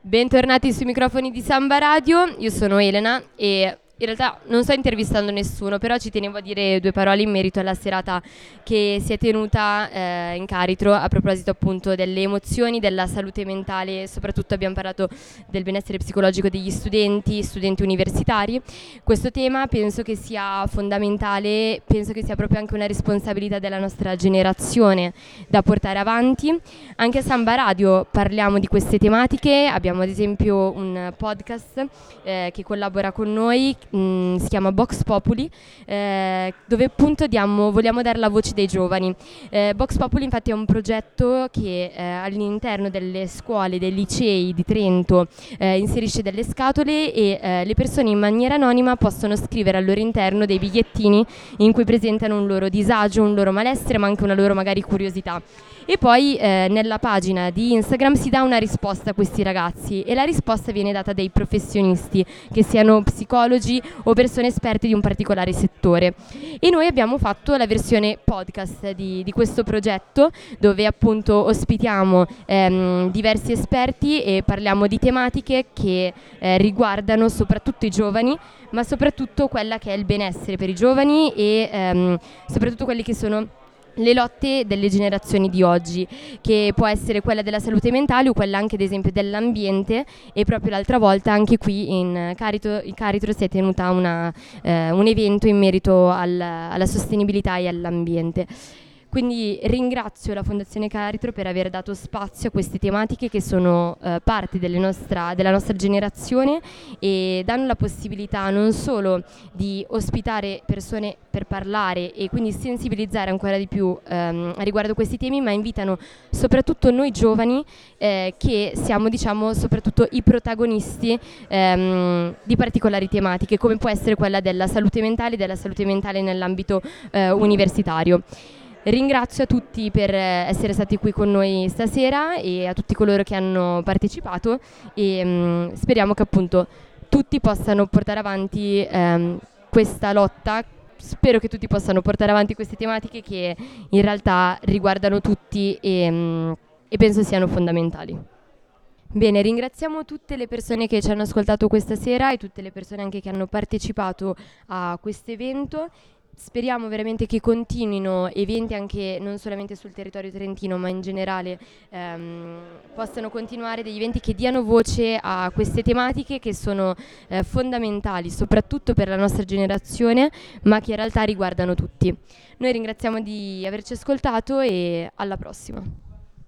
Bentornati sui microfoni di Samba Radio, io sono Elena e in realtà non sto intervistando nessuno, però ci tenevo a dire due parole in merito alla serata che si è tenuta in Caritro a proposito appunto delle emozioni, della salute mentale, soprattutto abbiamo parlato del benessere psicologico degli studenti universitari. Questo tema penso che sia fondamentale, penso che sia proprio anche una responsabilità della nostra generazione da portare avanti. Anche a Samba Radio parliamo di queste tematiche, abbiamo ad esempio un podcast che collabora con noi, si chiama Vox Populi, dove appunto vogliamo dare la voce dei giovani. Vox Populi infatti è un progetto che all'interno delle scuole, dei licei di Trento inserisce delle scatole e le persone in maniera anonima possono scrivere al loro interno dei bigliettini in cui presentano un loro disagio, un loro malessere, ma anche una loro magari curiosità. E poi nella pagina di Instagram si dà una risposta a questi ragazzi e la risposta viene data dai professionisti, che siano psicologi o persone esperte di un particolare settore. E noi abbiamo fatto la versione podcast di questo progetto, dove appunto ospitiamo diversi esperti e parliamo di tematiche che riguardano soprattutto i giovani, ma soprattutto quella che è il benessere per i giovani e soprattutto quelli che sono le lotte delle generazioni di oggi, che può essere quella della salute mentale o quella anche ad esempio dell'ambiente. E proprio l'altra volta anche qui in Caritro si è tenuta un evento in merito alla sostenibilità e all'ambiente. Quindi ringrazio la Fondazione Caritro per aver dato spazio a queste tematiche che sono parte della nostra generazione e danno la possibilità non solo di ospitare persone per parlare e quindi sensibilizzare ancora di più a riguardo questi temi, ma invitano soprattutto noi giovani che siamo diciamo soprattutto i protagonisti di particolari tematiche, come può essere quella della salute mentale nell'ambito universitario. Ringrazio a tutti per essere stati qui con noi stasera e a tutti coloro che hanno partecipato e speriamo che appunto tutti possano portare avanti questa lotta. Spero che tutti possano portare avanti queste tematiche che in realtà riguardano tutti e penso siano fondamentali. Bene, ringraziamo tutte le persone che ci hanno ascoltato questa sera e tutte le persone anche che hanno partecipato a questo evento. Speriamo veramente che continuino eventi anche non solamente sul territorio trentino, ma in generale possano continuare degli eventi che diano voce a queste tematiche che sono fondamentali, soprattutto per la nostra generazione, ma che in realtà riguardano tutti. Noi ringraziamo di averci ascoltato e alla prossima.